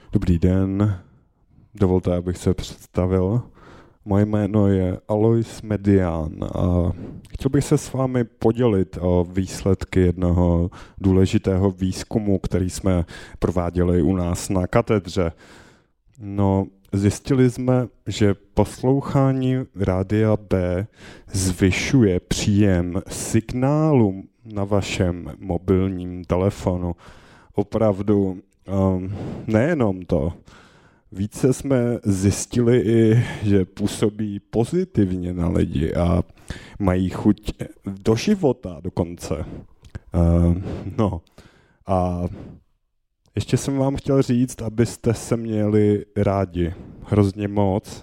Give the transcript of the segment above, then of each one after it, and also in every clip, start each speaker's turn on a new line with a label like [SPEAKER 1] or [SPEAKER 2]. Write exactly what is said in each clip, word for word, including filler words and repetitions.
[SPEAKER 1] Dobrý den, dovolte, abych se představil. Moje jméno je Alois Medián a chtěl bych se s vámi podělit o výsledky jednoho důležitého výzkumu, který jsme prováděli u nás na katedře. No, zjistili jsme, že poslouchání Rádia B zvyšuje příjem signálu na vašem mobilním telefonu. Opravdu um, nejenom to. Více jsme zjistili i, že působí pozitivně na lidi a mají chuť do života dokonce. Uh, no a ještě jsem vám chtěl říct, abyste se měli rádi hrozně moc.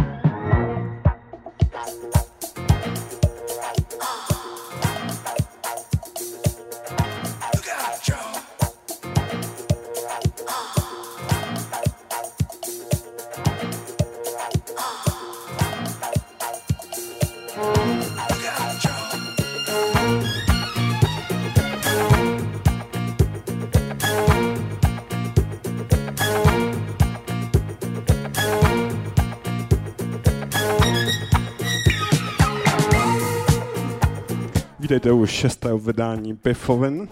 [SPEAKER 1] Vítejte u šestého vydání Pifovin.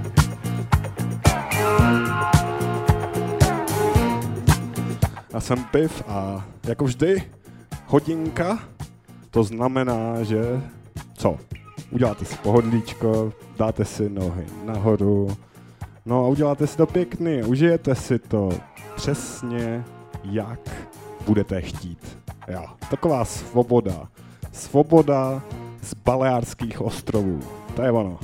[SPEAKER 1] Já jsem Pif a jako vždy hodinka, to znamená, že co? Uděláte si pohodlíčko, dáte si nohy nahoru, no a uděláte si to pěkně, užijete si to přesně, jak budete chtít. Jo, taková svoboda. Svoboda z Baleárských ostrovů. To je ono.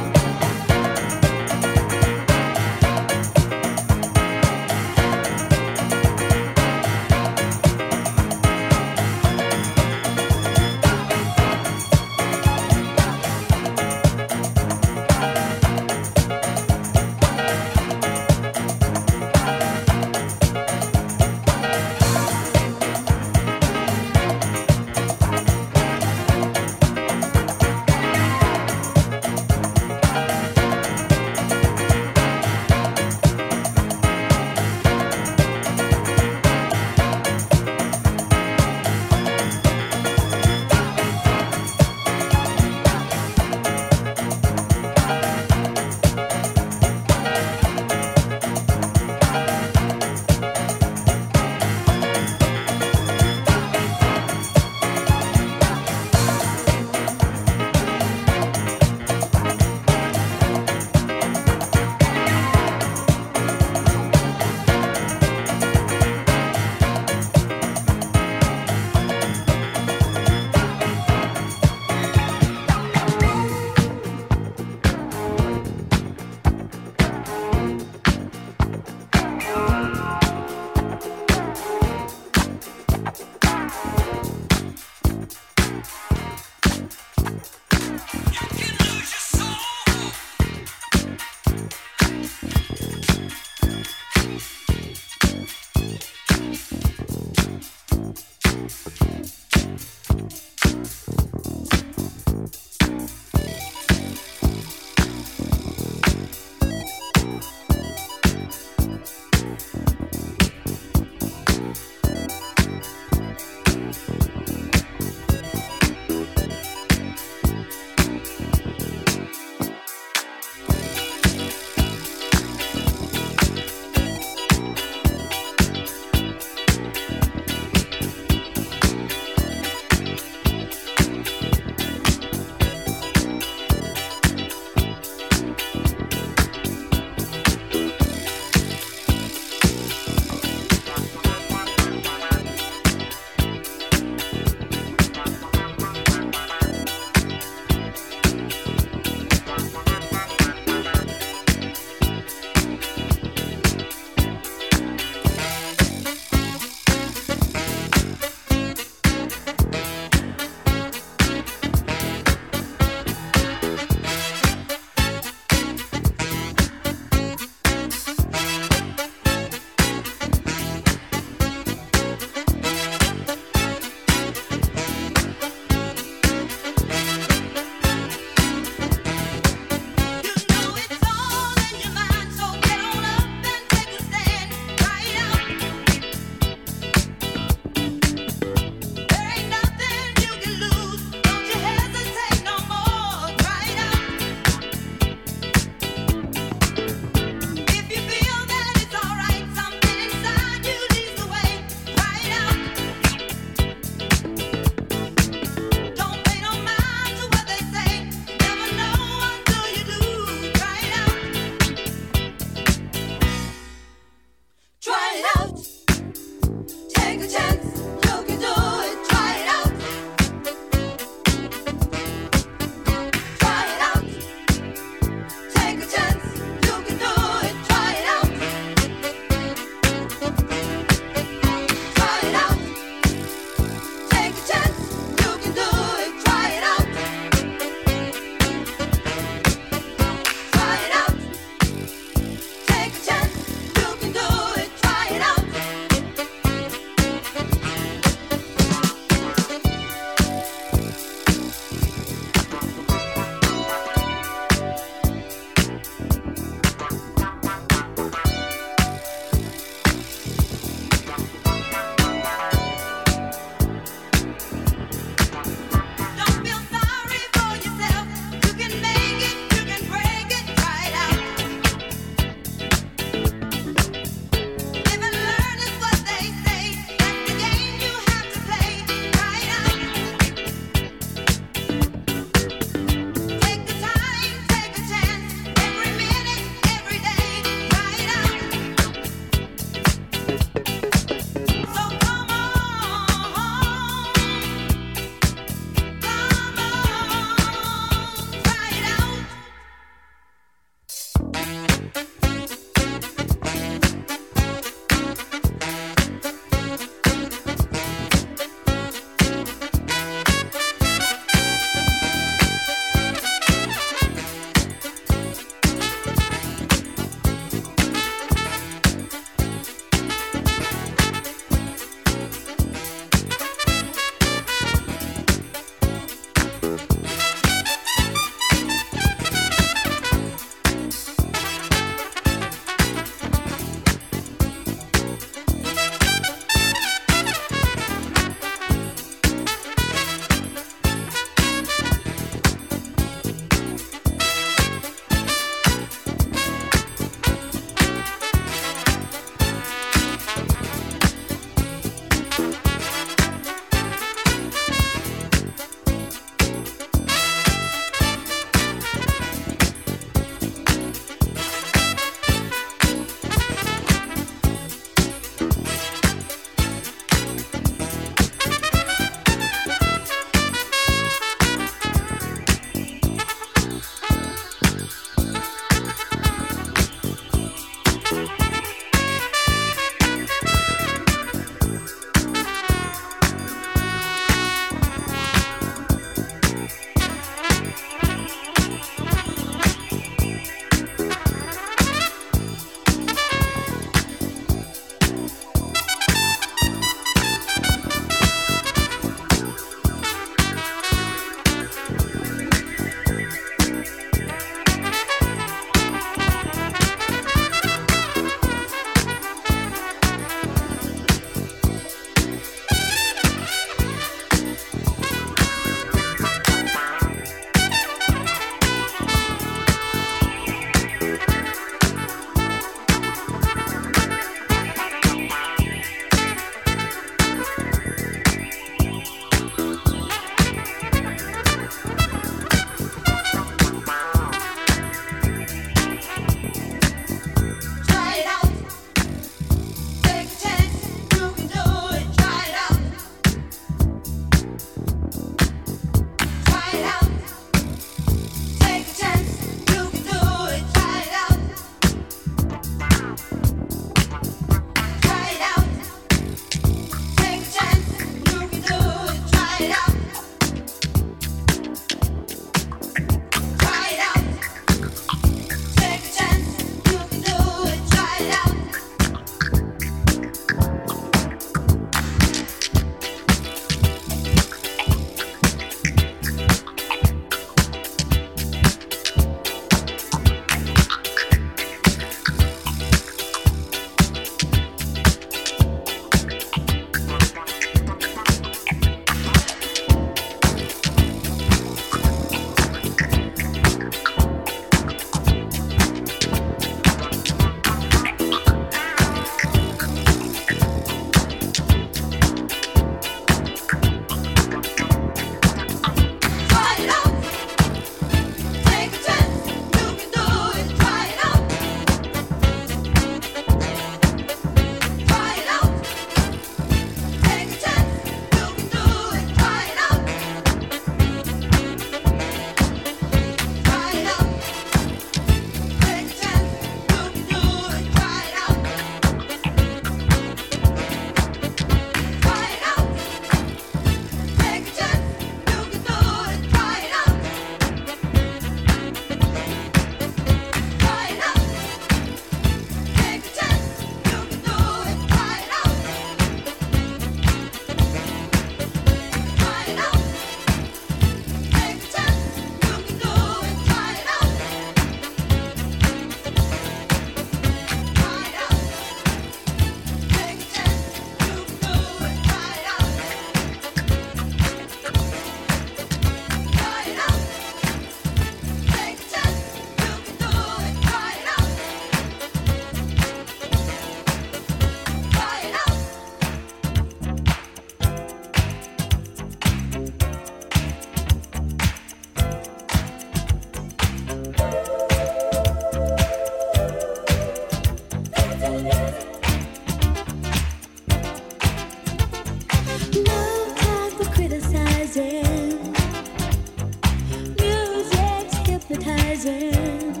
[SPEAKER 2] rising.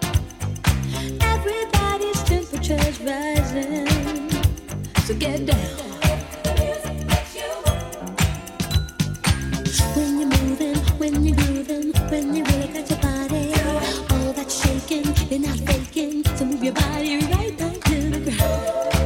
[SPEAKER 2] Everybody's temperature's rising. So get down. When you're moving, when you're grooving, when you really got your body, all that shaking, you're not faking. So move your body right down to the ground.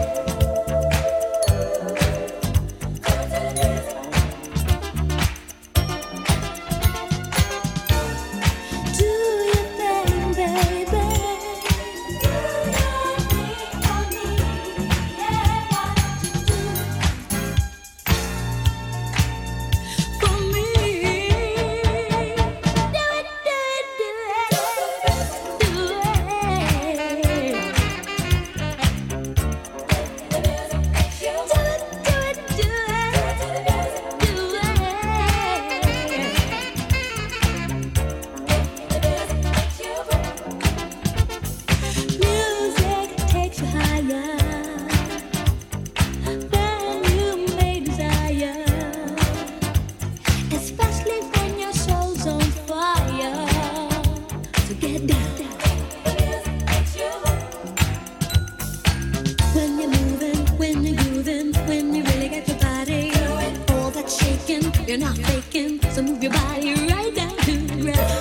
[SPEAKER 2] You're not faking, so move your body right down to the ground.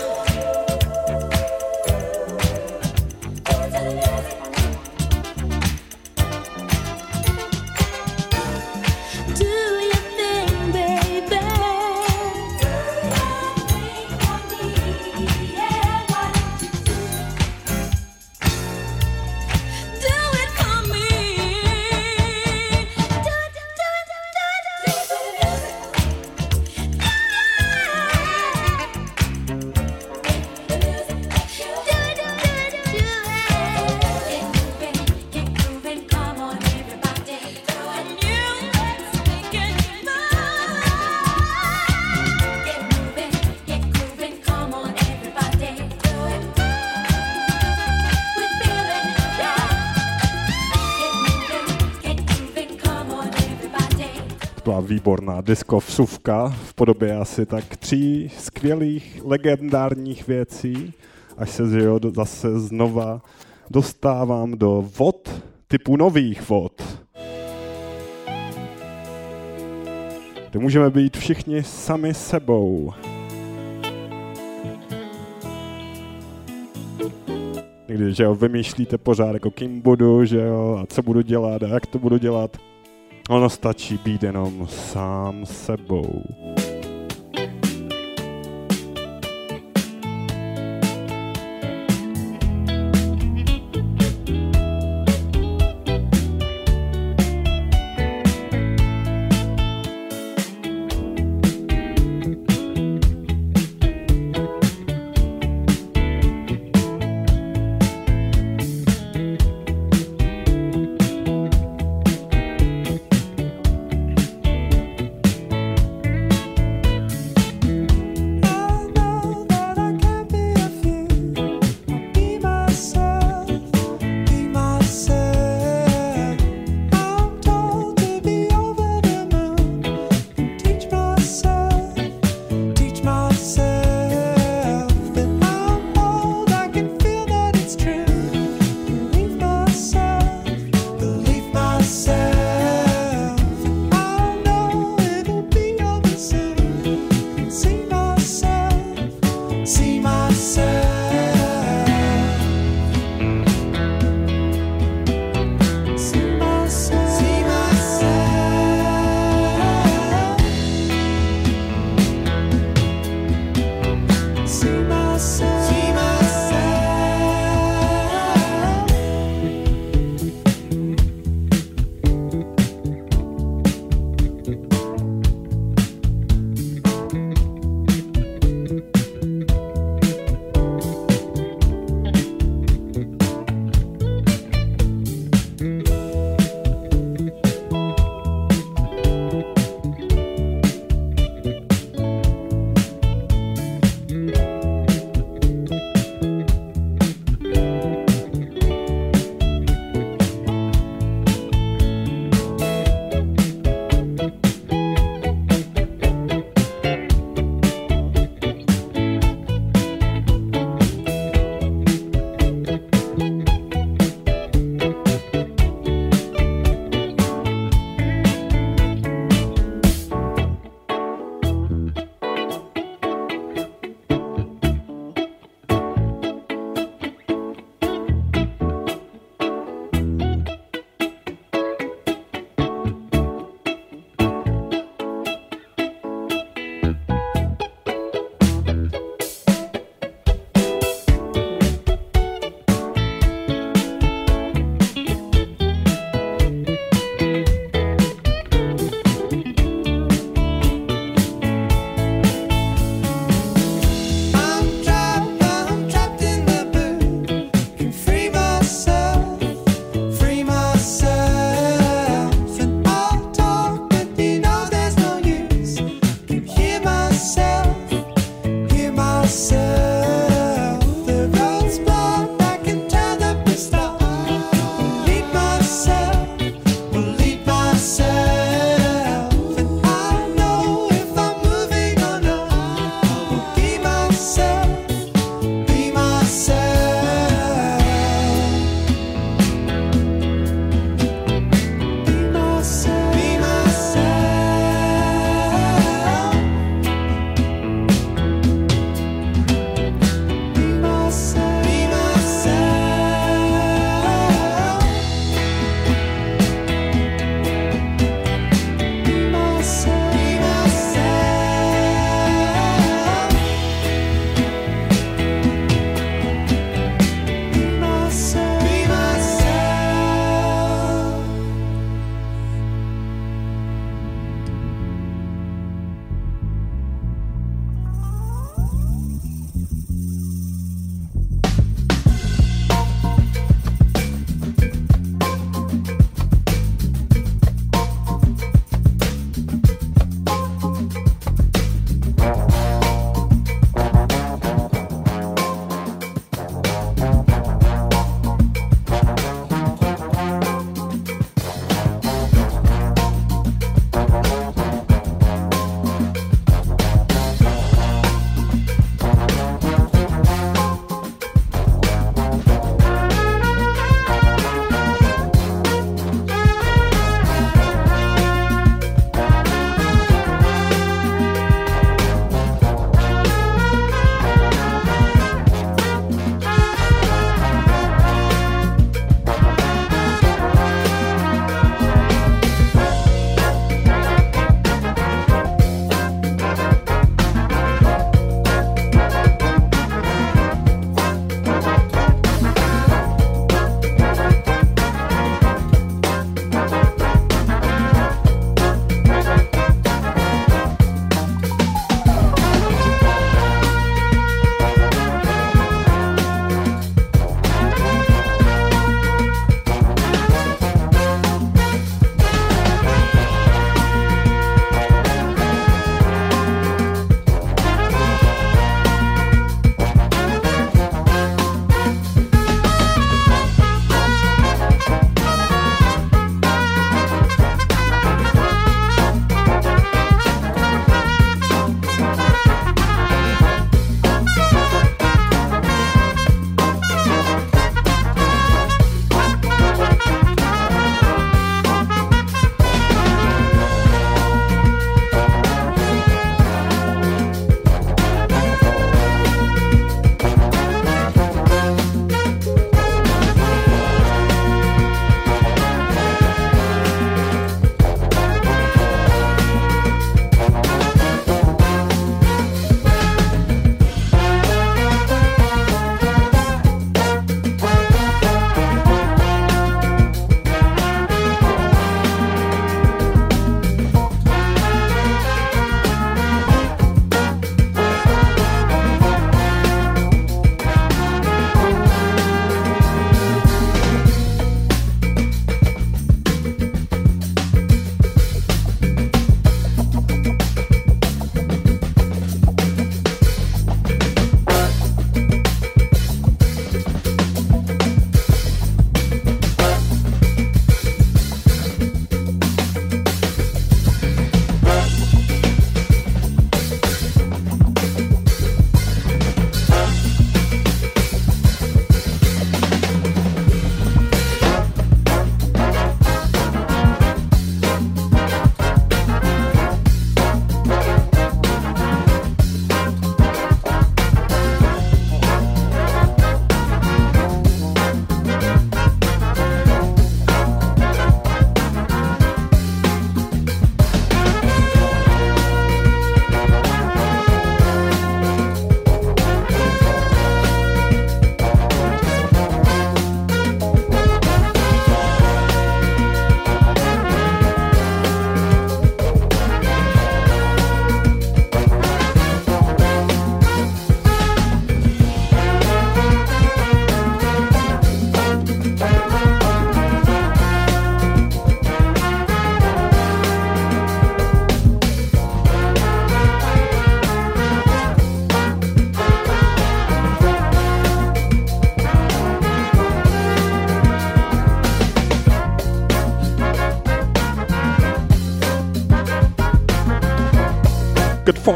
[SPEAKER 2] Do your thing, baby. Do your thing for me. Yeah, why don't you do it? Do it for me. Do it, do it, do it, do it, do it.
[SPEAKER 1] Byla výborná disco vsuvka v podobě asi tak tří skvělých legendárních věcí, až se že jo, zase znova dostávám do vod typu nových vod. Kde můžeme být všichni sami sebou. Někdy, že jo, vymýšlíte pořád, jako kým budu, že jo, a co budu dělat a jak to budu dělat. Ono stačí být jenom sám sebou.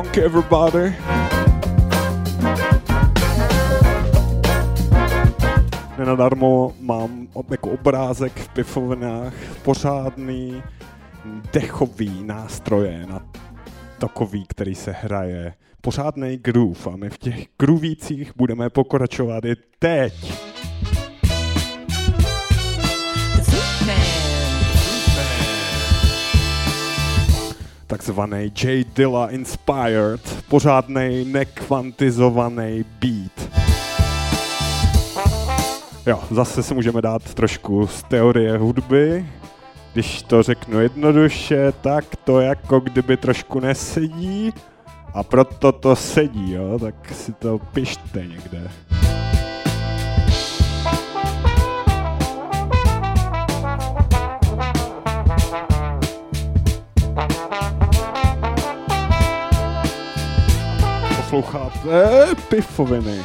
[SPEAKER 1] rock, everybody. Nenadarmo mám jako obrázek v pifovinách pořádný dechový nástroje na takový, který se hraje. Pořádnej groove a my v těch groovících budeme pokračovat i teď. Takzvaný J. Dilla inspired, pořádnej nekvantizovaný beat. Jo, zase se můžeme dát trošku z teorie hudby. Když to řeknu jednoduše, tak to jako kdyby trošku nesedí a proto to sedí, jo, tak si to pište někde. Posloucháte Pifoviny.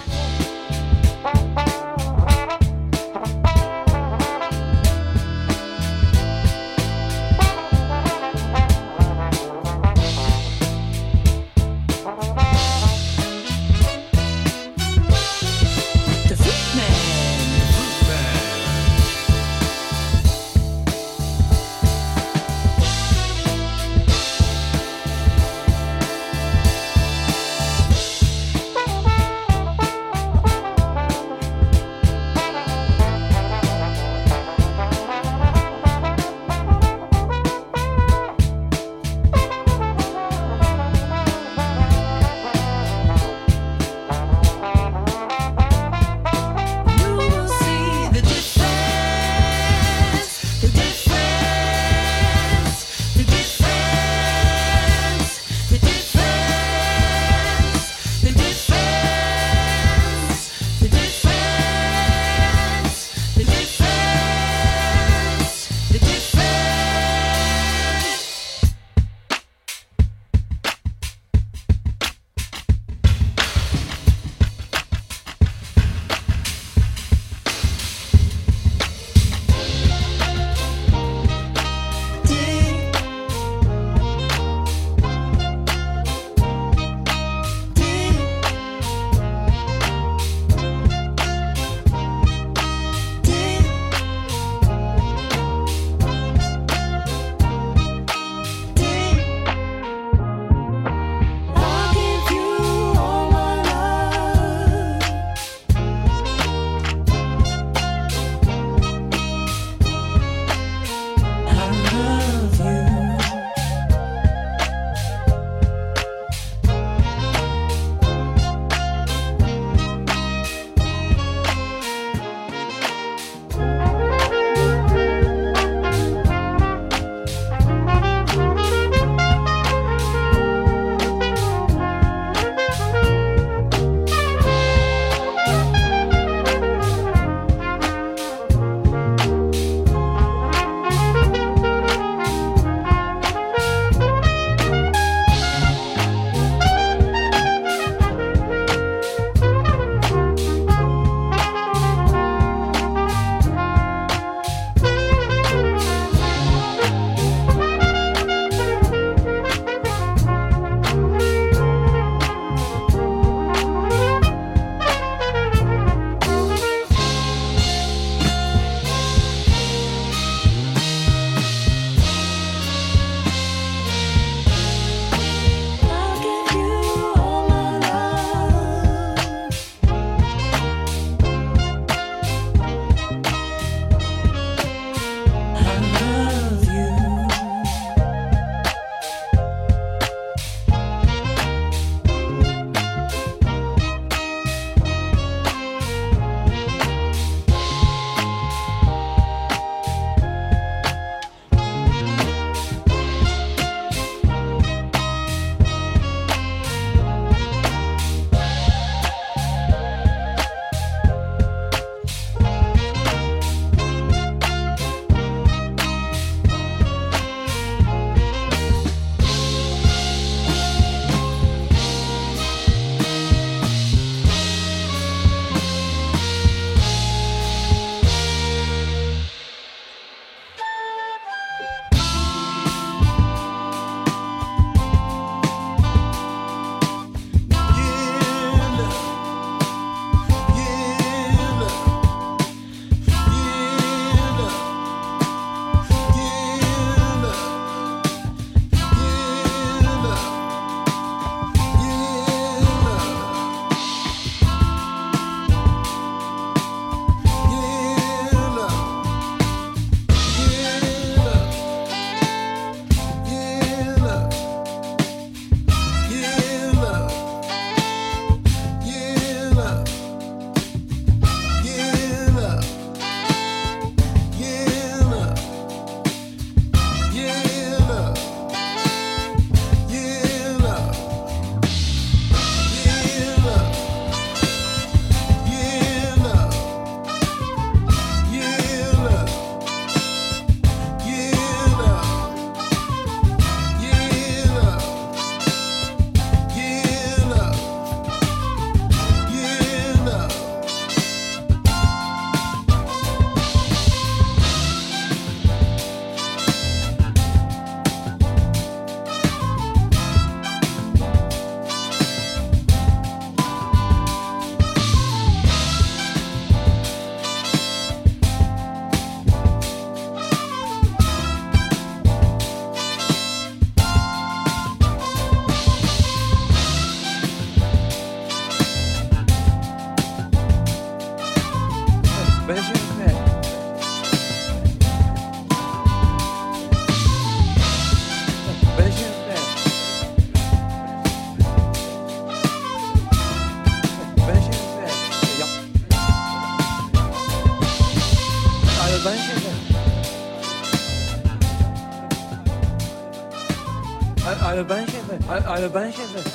[SPEAKER 3] Ale pane šéfe, ale, ale pane šéfe,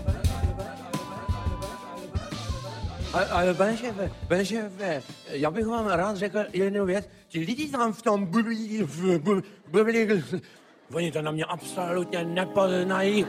[SPEAKER 3] ale, ale pane šéfe, pane šéfe, já bych vám rád řekl jednu věc. Ti lidi tam v tom bublí, bublí, oni to na mě absolutně nepoznají.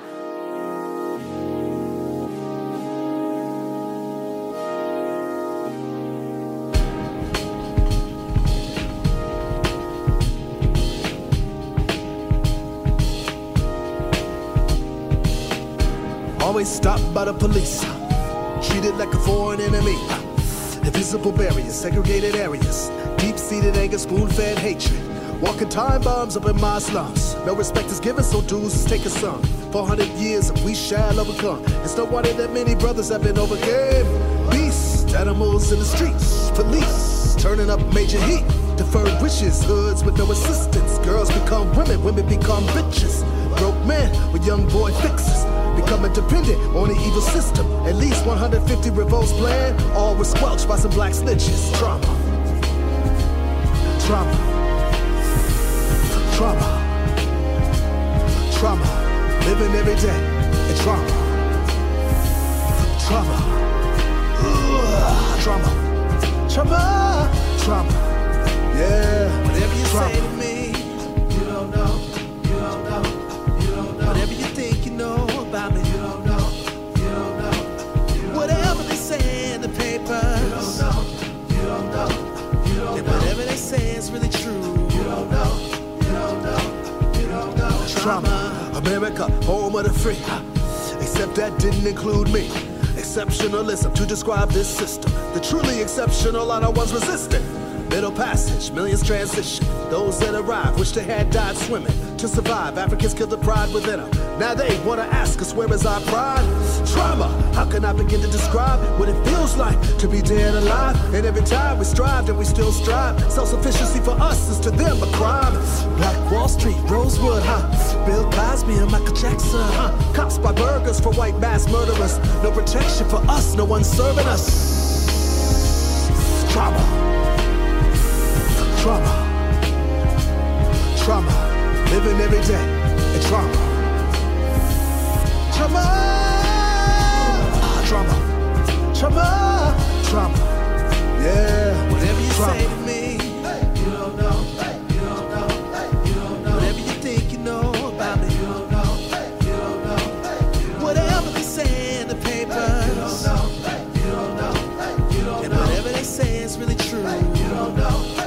[SPEAKER 4] Always stopped by the police, treated like a foreign enemy. Invisible barriers, segregated areas, deep-seated anger, spoon-fed hatred. Walking time bombs up in my slums. No respect is given, so dues is taken some. four hundred years and we shall overcome. It's no wonder that many brothers have been overcame. Beasts, animals in the streets, police turning up major heat. Deferred wishes, hoods with no assistance. Girls become women, women become bitches. Broke men with young boy fixes, becoming dependent on the evil system. At least one hundred fifty revolts planned, all were squelched by some black snitches. Trauma, trauma, trauma, trauma. Living every day in trauma, trauma, Ugh. trauma, trauma, trauma. Yeah, whatever you trauma. Say to me, you don't know, you don't know, you don't know. Whatever you think you know about me, you don't know, you don't know, you don't whatever know. They say in the papers, you don't know, you don't know, you don't and know. Whatever they say is really true, you don't know, you don't know, you don't know. Trauma, America, home of the free, except that didn't include me. Exceptionalism to describe this system. The truly exceptional are the ones resistant. Middle passage, millions transition. Those that arrive wish they had died swimming. To survive, Africans killed the pride within them. Now they wanna ask us, where is our pride? Trauma, how can I begin to describe what it feels like to be dead alive? And every time we strived and we still strive. Self-sufficiency for us is to them a crime. Black Wall Street, Rosewood, huh? Bill Cosby and Michael Jackson, huh? Cops buy burgers for white mass murderers. No protection for us, no one serving us. Trauma. Trauma, trauma, living every day in trauma, trauma, trauma, trauma, trauma, yeah. Whatever you trauma. Say to me, hey, you don't know, hey, you don't know, hey, you don't know. Whatever you think you know about me, you don't know, hey, you don't know, hey, you don't whatever know. They say in the papers, you don't know, hey, you don't know, hey, you don't and know. Whatever they say is really true, hey, you don't know. Hey,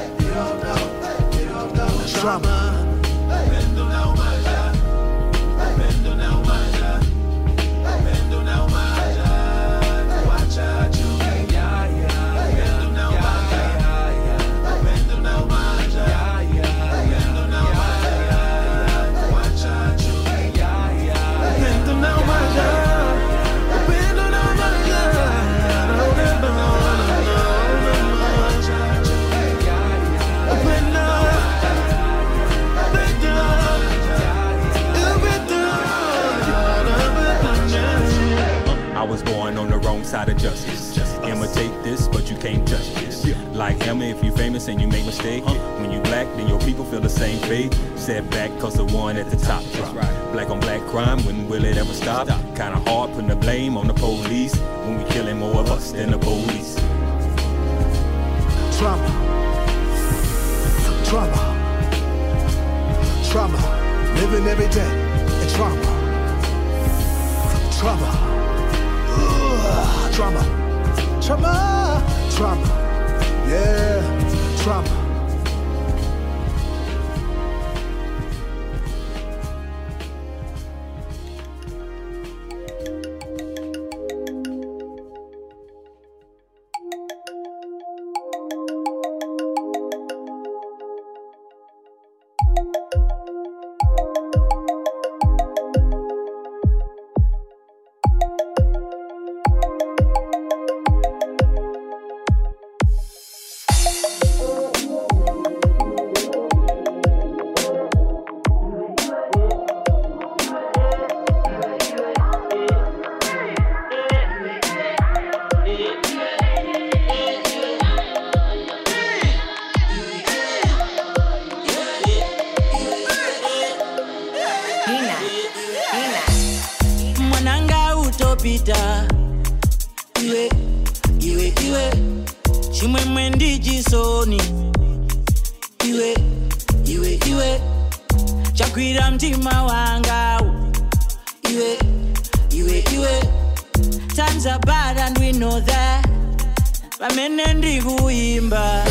[SPEAKER 4] Trauma. Vendo na umaja, vendo na umaja, vendo na umaja, wacha chuki, ya ya. Vendo na umaja, vendo na umaja, vendo na umaja, wacha chuki, ya ya. Vendo na umaja, vendo na umaja, vendo na umaja.
[SPEAKER 5] I was born on the wrong side of justice. Just imitate this, but you can't touch this. Yeah. Like Emma, if you famous and you make mistake, huh? When you black, then your people feel the same fate. Set back, cause the one at the top. That's right. Black on black crime, when will it ever stop? stop? Kinda hard putting the blame on the police when we killing more of us than the police.
[SPEAKER 4] Trauma, trauma, trauma, living every day in trauma, trauma. Ugh, trauma, trauma, trauma, yeah, trauma.
[SPEAKER 6] ndichisoni iwe iwe iwe chakwira mtima wanga iwe iwe iwe times are bad and we know that pamene ndikuimba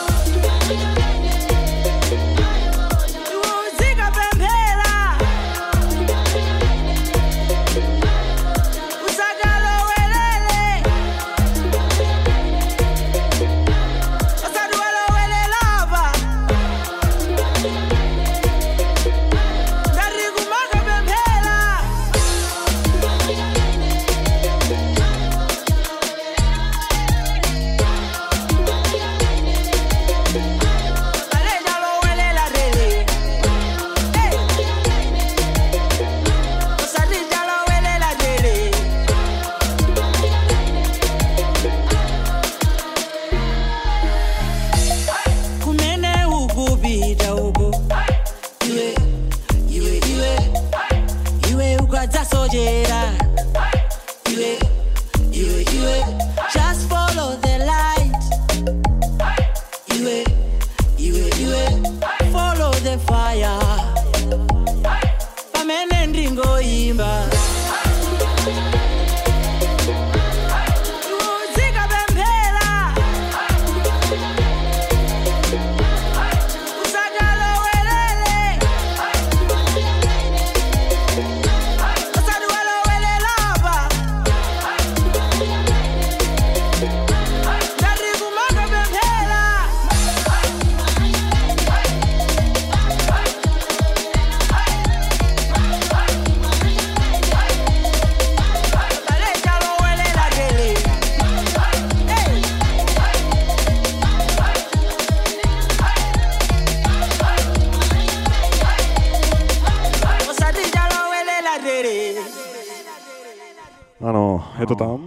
[SPEAKER 1] Ano, je to tam.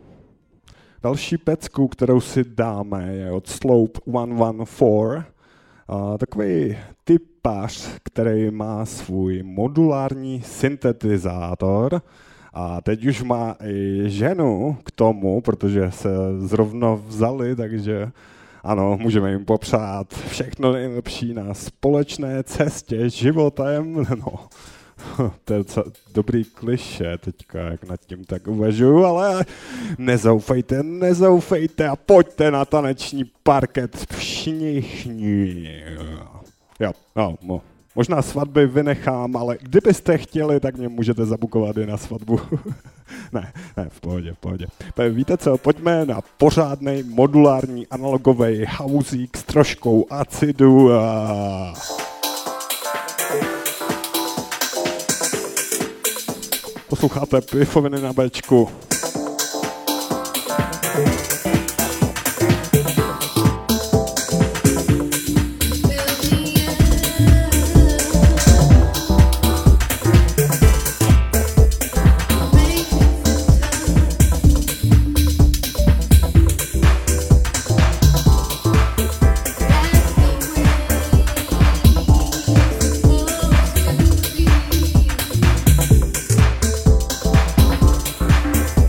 [SPEAKER 1] Další pecku, kterou si dáme, je od Slope sto čtrnáct. A takový typář, který má svůj modulární syntetizátor a teď už má i ženu k tomu, protože se zrovna vzali, takže ano, můžeme jim popřát všechno nejlepší na společné cestě životem. No, to je dobrý klišé teďka, jak nad tím tak uvažuju, ale nezoufejte, nezoufejte a pojďte na taneční parket všichni. Jo, no, no. Možná svatby vynechám, ale kdybyste chtěli, tak mě můžete zabukovat i na svatbu. ne, ne, v pohodě, v pohodě. Víte co, pojďme na pořádnej modulární analogový housík s troškou acidu a... Posloucháte Pifoviny na Bčku.
[SPEAKER 2] Thank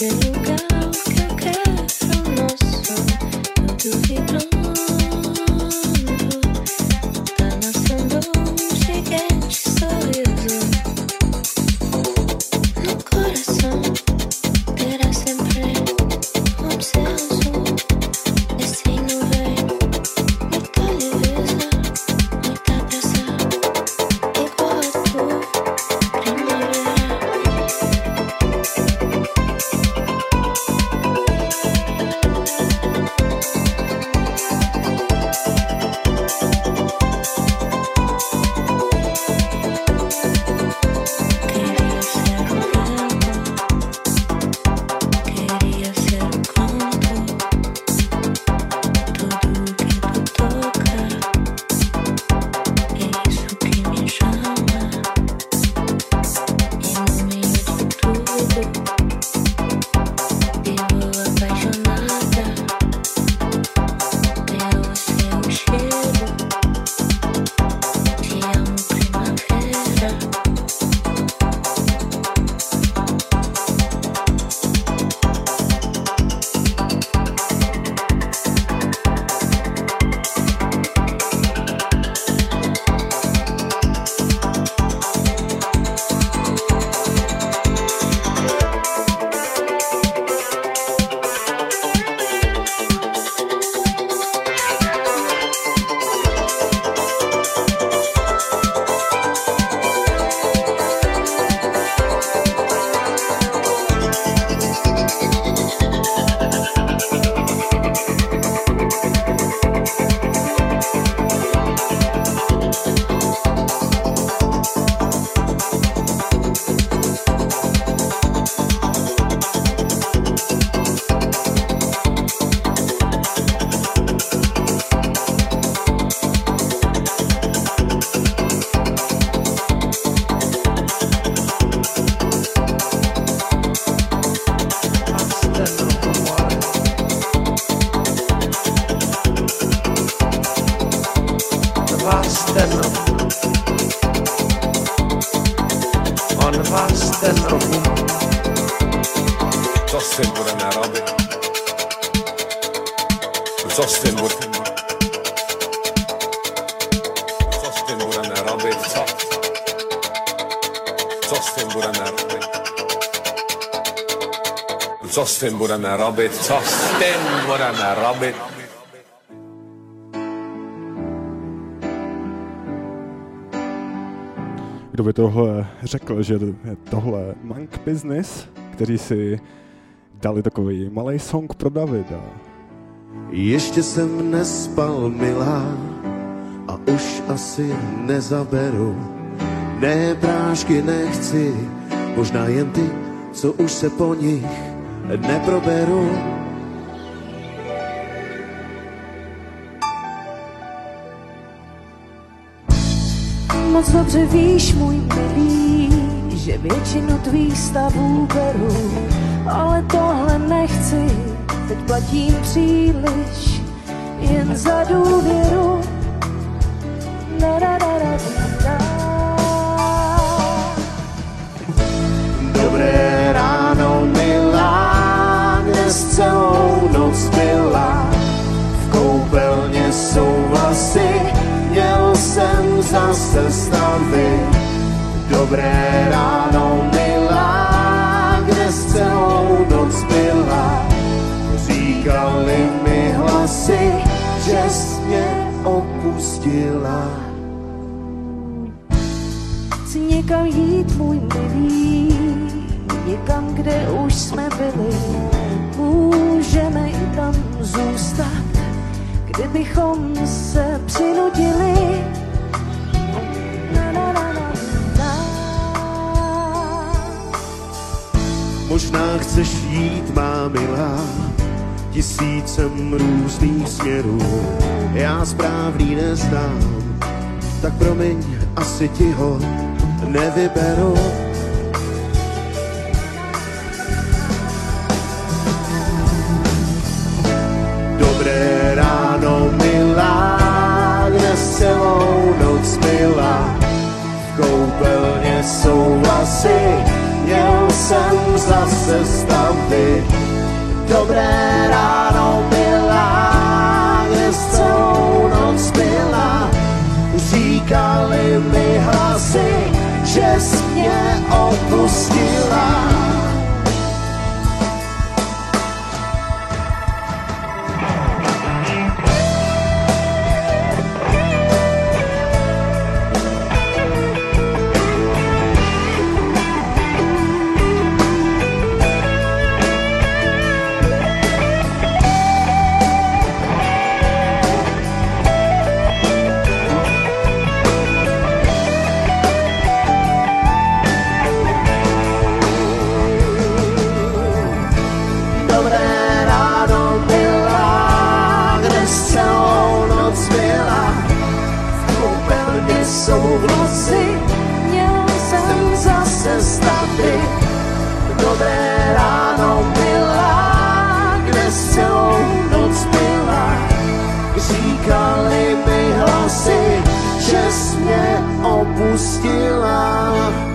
[SPEAKER 7] Co s tím budeme robit? Co s tím budeme Co s tím budeme robit? Co? Co s tím budeme robit? Co s tím budeme robit? Co s tím budeme robit?
[SPEAKER 1] Kdo by tohle řekl, že je tohle Monk Business, kteří si dali takový malej song pro Davida.
[SPEAKER 8] Ještě jsem nespal, milá, a už asi nezaberu. Ne, prášky nechci, možná jen ty, co už se po nich neproberu.
[SPEAKER 9] Moc dobře víš, můj milý, že většinu tvých stavů beru, ale tohle nechci, teď platím příliš, jen za důvěru. Da, da, da, da, da.
[SPEAKER 8] Dobré ráno, milá, dnes celou noc byla, v koupelně jsou vlasy, měl jsem zase stavy. Dobré ráno, milá, dnes celou noc byla, říkali mi hlasy, že jsi mě opustila.
[SPEAKER 9] Chci někam jít, můj milý, někam, kde už jsme byli, můžeme i tam zůstat, kdybychom se přinutili. Na, na, na, na, na.
[SPEAKER 8] Možná chceš jít, má milá, tisícem různých směrů, já správný neznám, tak promiň, asi ti ho nevyberu. Dobré ráno, milá, dnes celou noc byla, v koupelně jsou vlasy, měl jsem zase stavby. Dobré ráno, milá, kde jsi celou noc byla? Říkali mi hlasy, že jsi mě opustila. Jsou v noci, měl jsem zase stavby. Dobré ráno, milá, kde jsi celou noc byla? Říkali mi hlasy, že jsi mě opustila.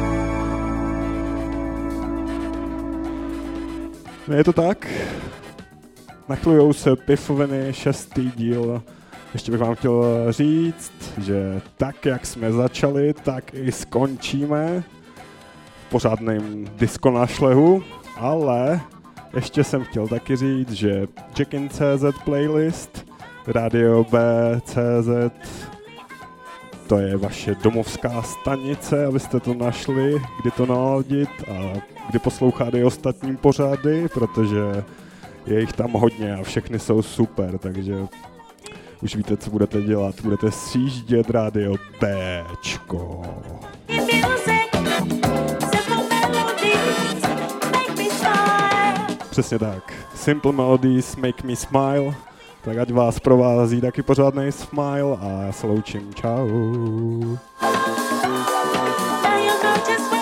[SPEAKER 1] Je to tak? Nachlujou se pifoviny, šestý díl. Ještě bych vám chtěl říct, že tak, jak jsme začali, tak i skončíme v pořádném disco na šlehu, ale ještě jsem chtěl taky říct, že Jackin tečka cé zet playlist, Radio B tečka cé zet, to je vaše domovská stanice, abyste to našli, kdy to naladit a kdy poslouchat i ostatní pořady, protože je jich tam hodně a všechny jsou super, takže už víte, co budete dělat. Budete sjíždět Radio Péčko. Přesně tak. Simple Melodies Make Me Smile. Tak ať vás provází taky pořádnej smile a já se loučím. Čau.